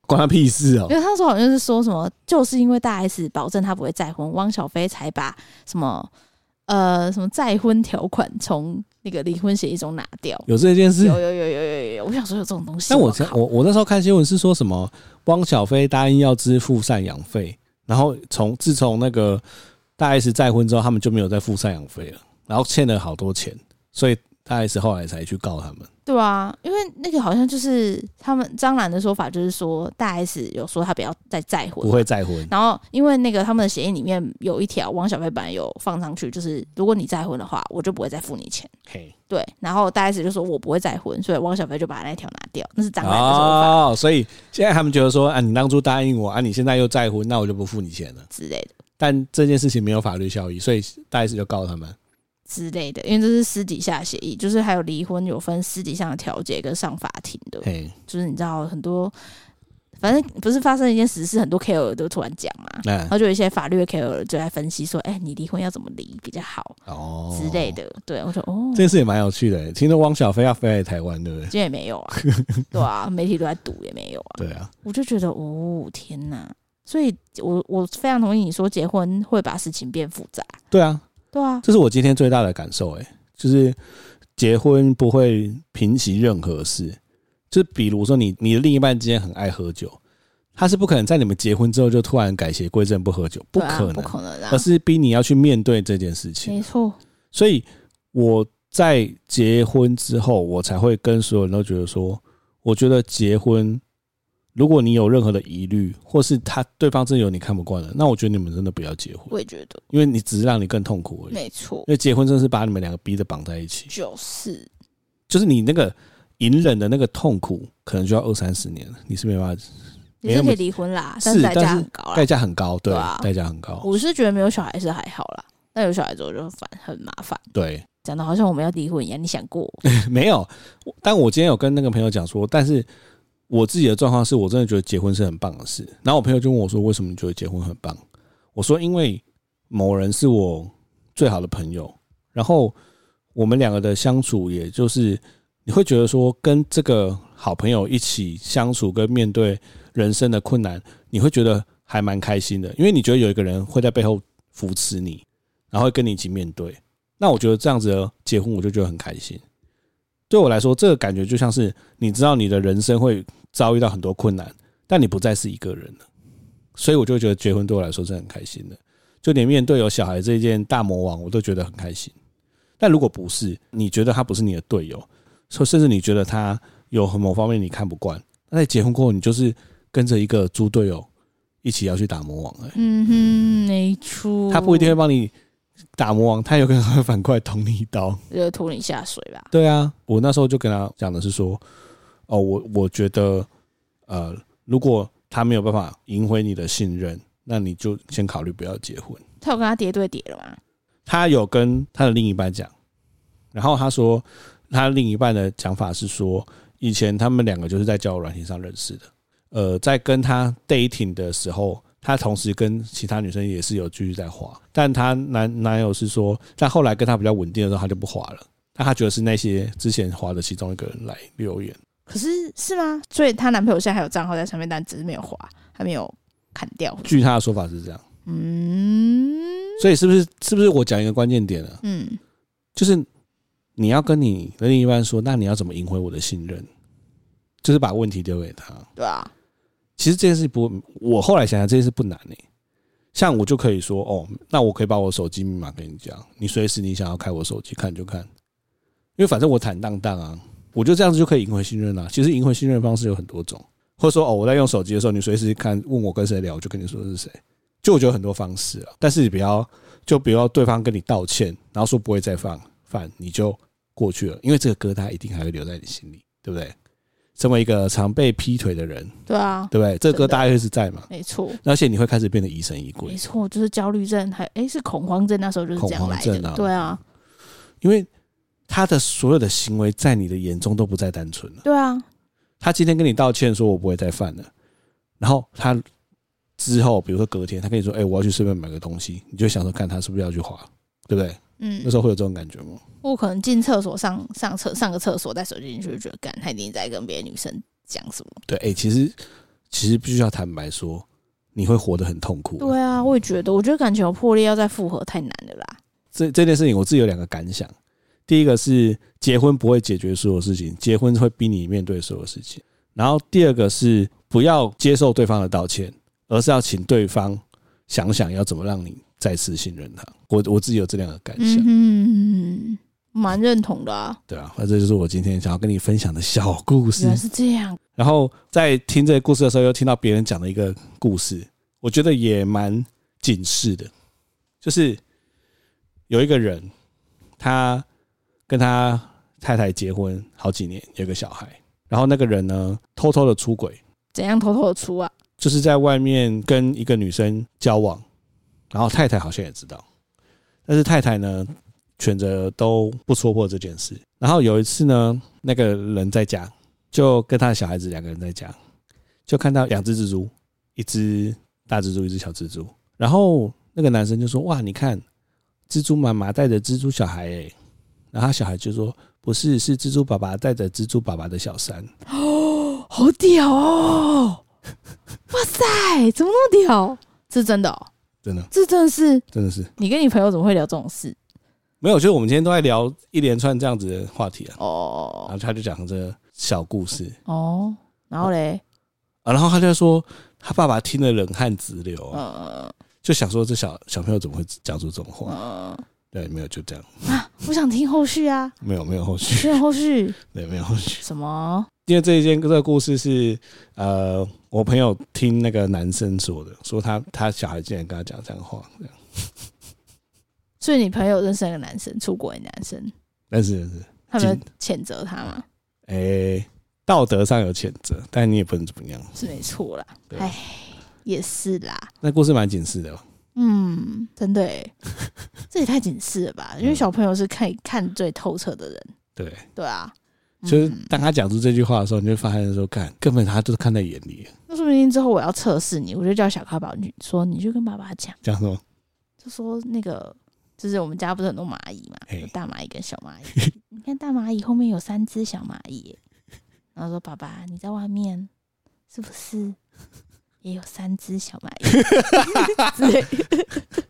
关他屁事哦。 因为他说好像是说什么，就是因为大 S 保证他不会再婚，汪小菲才把什么再婚条款从那个离婚协议中拿掉。 有这件事？ 有，我想说有这种东西。 但我那时候看新闻是说什么，汪小菲答应要支付赡养费，然后自从那个大 S 再婚之后，他们就没有再付赡养费了，然后欠了好多钱，所以大 S 后来才去告他们。 对啊，因为那个好像就是他们张兰的说法，就是说大 S 有说他不要再婚， 不会再婚。 然后因为那个他们的协议里面有一条，汪小菲本来有放上去，就是如果你再婚的话，我就不会再付你钱。对，然后大 S 就说我不会再婚，所以汪小菲就把那条拿掉，那是张兰的说法。 所以现在他们觉得说啊，你当初答应我啊，你现在又再婚，那我就不付你钱了之类的。 但这件事情没有法律效益，所以大 S 就告他们。 之类的，因为这是私底下协议，就是还有离婚有分私底下的调解跟上法庭的，就是你知道很多，反正不是发生一件实事，很多 KOL 都突然讲嘛，然后就有一些法律的 KOL 就在分析说，你离婚要怎么离比较好之类的。对，我说这件事也蛮有趣的。听说汪小菲要飞来台湾，对不对？ 今天也没有啊，对啊，媒体都在赌也没有啊。 对啊，我就觉得天哪！所以我非常同意你说，结婚会把事情变复杂。 对啊。 对啊， 这是我今天最大的感受，就是结婚不会平息任何事，就比如说你的另一半之间很爱喝酒，他是不可能在你们结婚之后就突然改邪归正不喝酒，不可能， 不可能， 而是逼你要去面对这件事情。 没错， 所以我在结婚之后，我才会跟所有人都觉得说，我觉得结婚，如果你有任何的疑虑，或是对方真的有你看不惯的，那我觉得你们真的不要结婚。 我也觉得， 因为你只是让你更痛苦而已。没错， 因为结婚真的是把你们两个逼得绑在一起。就是你那个隐忍的那个痛苦，可能就要20-30年了，你是没办法。 你是可以离婚啦，但是代价很高啦。 代价很高，对，代价很高。 我是觉得没有小孩是还好啦，但有小孩之后就很麻烦。 对， 讲的好像我们要离婚一样，你想过？ 没有，但我今天有跟那个朋友讲说，但是我自己的状况是我真的觉得结婚是很棒的事。然后我朋友就问我说：“为什么你觉得结婚很棒？”我说：“因为某人是我最好的朋友，然后我们两个的相处，也就是你会觉得说，跟这个好朋友一起相处，跟面对人生的困难，你会觉得还蛮开心的，因为你觉得有一个人会在背后扶持你，然后会跟你一起面对。那我觉得这样子的结婚，我就觉得很开心。对我来说，这个感觉就像是你知道你的人生会遭遇到很多困难，但你不再是一个人了，所以我就觉得结婚对我来说是很开心的。就连面对有小孩这一件大魔王，我都觉得很开心。但如果不是，你觉得他不是你的队友，甚至你觉得他有某方面你看不惯，那在结婚过后，你就是跟着一个猪队友一起要去打魔王。 没错。 他不一定会帮你打魔王，他有可能会反过来捅你一刀， 就拖你下水吧。 对啊，我那时候就跟他讲的是说，我觉得如果他没有办法赢回你的信任，那你就先考虑不要结婚。 他有跟他叠对叠了吗？ 他有跟他的另一半讲，然后他说他另一半的讲法是说，以前他们两个就是在交友软件上认识的，在跟他 dating 的时候，他同时跟其他女生也是有继续在滑，但他男友是说，但后来跟他比较稳定的时候，他就不滑了，但他觉得是那些之前滑的其中一个人来留言。 可是吗？所以她男朋友现在还有账号在上面，但只是没有滑，还没有砍掉。 据他的说法是这样。所以是不是我讲一个关键点了？就是你要跟你的另一半说，那你要怎么赢回我的信任？就是把问题丢给他。对啊。其实这件事我后来想想，这件事不难像我就可以说，那我可以把我手机密码跟你讲，你随时你想要开我手机看就看，因为反正我坦荡荡啊，我就这样子就可以赢回信任啊。其实赢回信任的方式有很多种，或者说我在用手机的时候，你随时看问我跟谁聊，我就跟你说是谁。就我觉得很多方式啊，但是不要对方跟你道歉，然后说不会再犯，你就过去了，因为这个疙瘩一定还会留在你心里，对不对？身为一个常被劈腿的人，对啊，对不对？这个疙瘩会是在嘛？没错，而且你会开始变得疑神疑鬼。没错，就是焦虑症，是恐慌症，那时候就是这样来的。对啊，因为他的所有的行为在你的眼中都不再单纯了。对啊，他今天跟你道歉说我不会再犯了，然后他之后比如说隔天他跟你说我要去随便买个东西，你就想说看他是不是要去花，对不对？那时候会有这种感觉吗？我可能进厕所上个厕所带手机进去，就觉得干他一定在跟别的女生讲什么。对，其实其实必须要坦白说，你会活得很痛苦。 对啊，我也觉得，我觉得感情有破裂要再复合太难了啦。 这件事情我自己有2个感想，第一个是结婚不会解决所有事情，结婚会逼你面对所有事情。然后第二个是不要接受对方的道歉，而是要请对方想想要怎么让你再次信任他。我自己有这2个感想， 蛮认同的啊。 对啊，那这就是我今天想要跟你分享的小故事。 原来是这样。 然后在听这个故事的时候，又听到别人讲的一个故事，我觉得也蛮警示的，就是有一个人，他跟他太太结婚好几年，有个小孩，然后那个人呢偷偷的出轨。 怎样偷偷的出啊？ 就是在外面跟一个女生交往，然后太太好像也知道，但是太太呢选择都不戳破这件事。然后有一次呢，那个人在家，就跟他的小孩子2个人在家，就看到2只蜘蛛，一只大蜘蛛，一只小蜘蛛。然后那个男生就说：“哇，你看，蜘蛛妈妈带着蜘蛛小孩欸。”然后他小孩就说：“不是，是蜘蛛爸爸带着蜘蛛爸爸的小三。” 哦，好屌哦！哇塞，怎么那么屌？这是真的哦， 真的， 这真的是。你跟你朋友怎么会聊这种事？ 没有，就是我们今天都在聊一连串这样子的话题啊。 哦， 然后他就讲这个小故事。 哦，然后嘞， 然后他就说他爸爸听了冷汗直流，就想说这小朋友怎么会讲出这种话？对，没有，就这样啊。我想听后续啊。 没有后续， 没有后续。 对，没有后续。 什么？ 因为这个故事是我朋友听那个男生说的，说他小孩竟然跟他讲这样的话，这样。 所以你朋友认识那个男生，出国的男生， 但是他们谴责他吗？ 道德上有谴责，但你也不能怎么样， 是没错啦。哎，也是啦。 那故事蛮警示的。 真的耶，这也太警示了吧？因为小朋友是看最透彻的人。 对啊， 就是当他讲出这句话的时候，你就发现说，根本他都看在眼里。 那说不定之后我要测试你，我就叫小咖宝说，你去跟爸爸讲什么？ 就说那个，就是我们家不是很多蚂蚁嘛，有大蚂蚁跟小蚂蚁。你看大蚂蚁后面有3只小蚂蚁耶，然后说爸爸，你在外面是不是也有3只小蚂蚁之类的？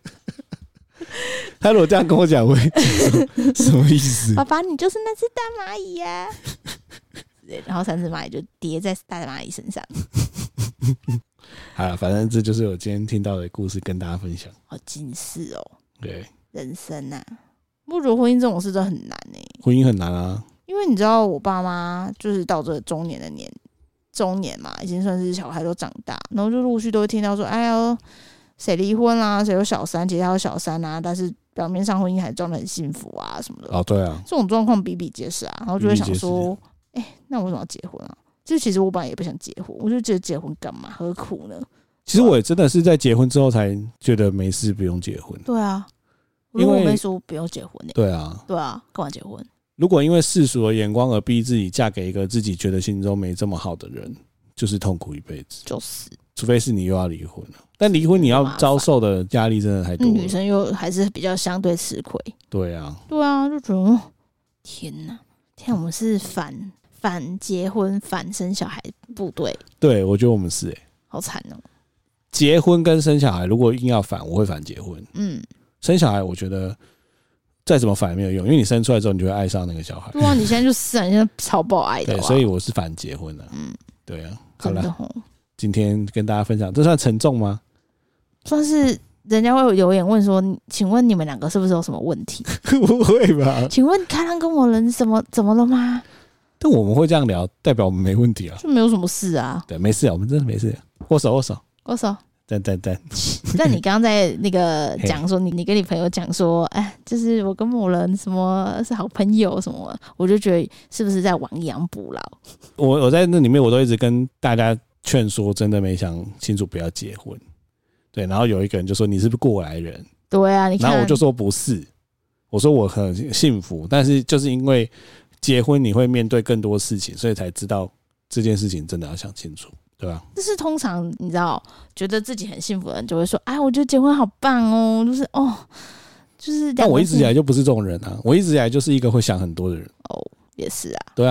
他如果这样跟我讲，我会什么意思？ 爸爸，你就是那只大蚂蚁呀！然后3只蚂蚁就叠在大蚂蚁身上。 好了，反正这就是我今天听到的故事，跟大家分享。 好警示哦！ 对， 人生啊，我觉得婚姻这种事真的很难婚姻很难啊， 因为你知道，我爸妈就是到这中年嘛，已经算是小孩都长大，然后就陆续都会听到说，哎呦，谁离婚啦，谁有小三，其实他有小三啊，但是表面上婚姻还装得很幸福啊什么的。 哦，对啊， 这种状况比比皆是啊。然后就会想说，那我为什么要结婚啊？就其实我本来也不想结婚，我就觉得结婚干嘛，何苦呢？ 其实我也真的是在结婚之后才觉得没事不用结婚。 对啊，因为我妹说不用结婚对啊， 干嘛结婚？ 如果因为世俗的眼光而逼自己嫁给一个自己觉得心中没这么好的人，就是痛苦一辈子。就是，除非是你又要离婚了，但离婚你要遭受的压力真的太多了。 女生又还是比较相对吃亏。 对啊， 就觉得天哪，我们是反结婚、反生小孩部队。对， 我觉得我们是好惨哦。 结婚跟生小孩，如果硬要反，我会反结婚。生小孩我觉得再怎么反也没有用，因为你生出来之后，你就会爱上那个小孩。 对啊，你现在就是你现在超爆爱的。 对，所以我是反结婚的。对啊。好了，今天跟大家分享，这算沉重吗？ 算是。人家会有留言问说：“请问你们2个是不是有什么问题？” 不会吧？ 请问开朗跟我人怎么了吗？ 但我们会这样聊，代表我们没问题啊， 就没有什么事啊。 对，没事啊，我们真的没事。握手。赞。 那你刚刚在那个讲说，你跟你朋友讲说，就是我跟某人什么是好朋友什么，我就觉得是不是在亡羊补牢？ 我在那里面，我都一直跟大家劝说，真的没想清楚不要结婚。对，然后有一个人就说你是不是过来人？ 对啊，你看， 然后我就说不是，我说我很幸福，但是就是因为结婚你会面对更多事情，所以才知道这件事情真的要想清楚，对吧？ 就是通常你知道，觉得自己很幸福的人就会说，我觉得结婚好棒哦，就是。 但我一直以来就不是这种人啊，我一直以来就是一个会想很多的人。 也是啊。 对啊，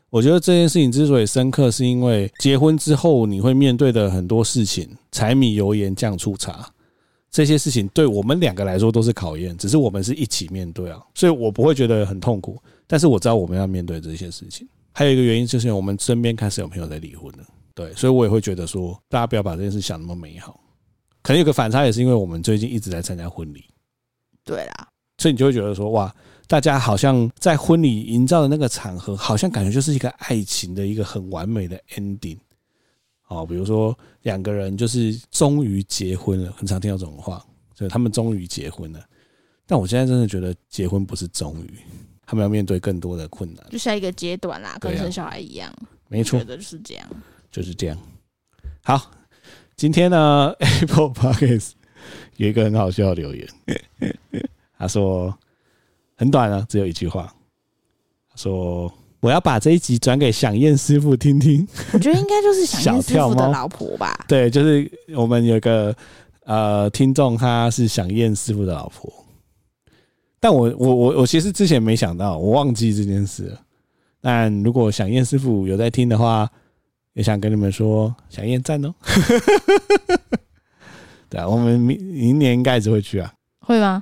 我觉得这件事情之所以深刻，是因为结婚之后你会面对的很多事情，柴米油盐酱醋茶，这些事情对我们两个来说都是考验，只是我们是一起面对啊，所以我不会觉得很痛苦，但是我知道我们要面对这些事情。还有一个原因就是我们身边开始有朋友在离婚了，对，所以我也会觉得说，大家不要把这件事想那么美好。可能有个反差，也是因为我们最近一直在参加婚礼， 对啦， 所以你就会觉得说，哇，大家好像在婚礼营造的那个场合，好像感觉就是一个爱情的一个很完美的 ending。比如说两个人就是终于结婚了，很常听到这种话，所以他们终于结婚了。但我现在真的觉得结婚不是终于，他们要面对更多的困难， 就下一个阶段啦，跟生小孩一样。 没错， 我觉得就是这样， 就是这样。好，今天呢 ，Apple Podcast 有一个很好笑的留言，他说很短啊，只有一句话，他说我要把这一集转给响燕师傅听听。 我觉得应该就是响燕师傅的老婆吧。 对，就是我们有个听众，他是响燕师傅的老婆。但我其实之前没想到，我忘记这件事了。但如果响燕师傅有在听的话，也想跟你们说，响燕赞哦。对啊，我们明年应该只会去啊。 会吗？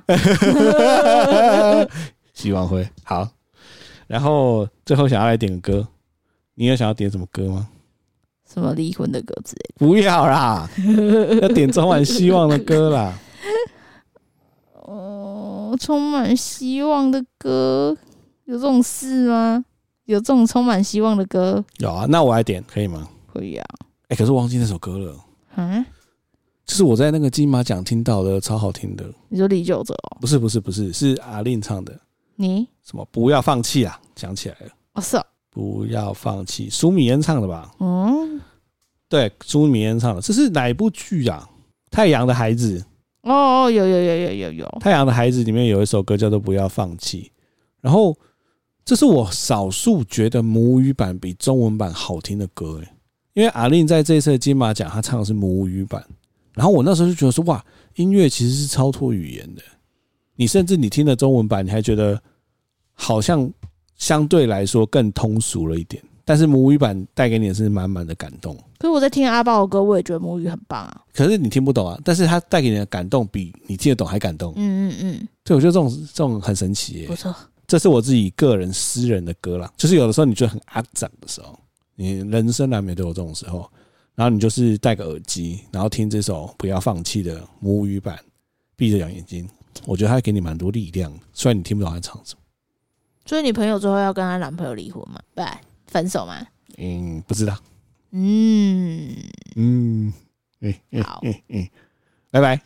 希望会。好，然后最后想要来点个歌，你有想要点什么歌吗？ 什么离婚的歌之类的？ 不要啦，要点充满希望的歌啦。 充满希望的歌，有这种事吗？有这种充满希望的歌？ 有啊，那我来点可以吗？ 可以啊。 可是我忘记那首歌了。就是我在那个金马奖听到的，超好听的。 你说李玖哲哦？ 不是，是阿令唱的。 你什么？不要放弃啊！想起来了。 哦，是哦。 不要放弃，苏米恩唱的吧？对，苏米恩唱的。这是哪一部剧啊？太阳的孩子。 哦，有。 太阳的孩子里面有一首歌叫做《不要放弃》，然后这是我少数觉得母语版比中文版好听的歌因为阿令在这一次的金马奖他唱的是母语版，然后我那时候就觉得说，哇，音乐其实是超脱语言的，你甚至你听了中文版，你还觉得好像相对来说更通俗了一点，但是母语版带给你的是满满的感动。 可是我在听阿豹的歌，我也觉得母语很棒啊。 可是你听不懂啊，但是他带给你的感动比你听得懂还感动。对，我觉得这种很神奇不错。 这是我自己个人私人的歌啦，就是有的时候你觉得很阿长的时候，你人生难免都有这种时候，然后你就是戴个耳机，然后听这首不要放弃的母语版，闭着眼睛，我觉得它会给你蛮多力量，虽然你听不懂他唱什么。 所以你朋友最后要跟她男朋友离婚吗？不，分手吗？ 不知道。好， 拜拜。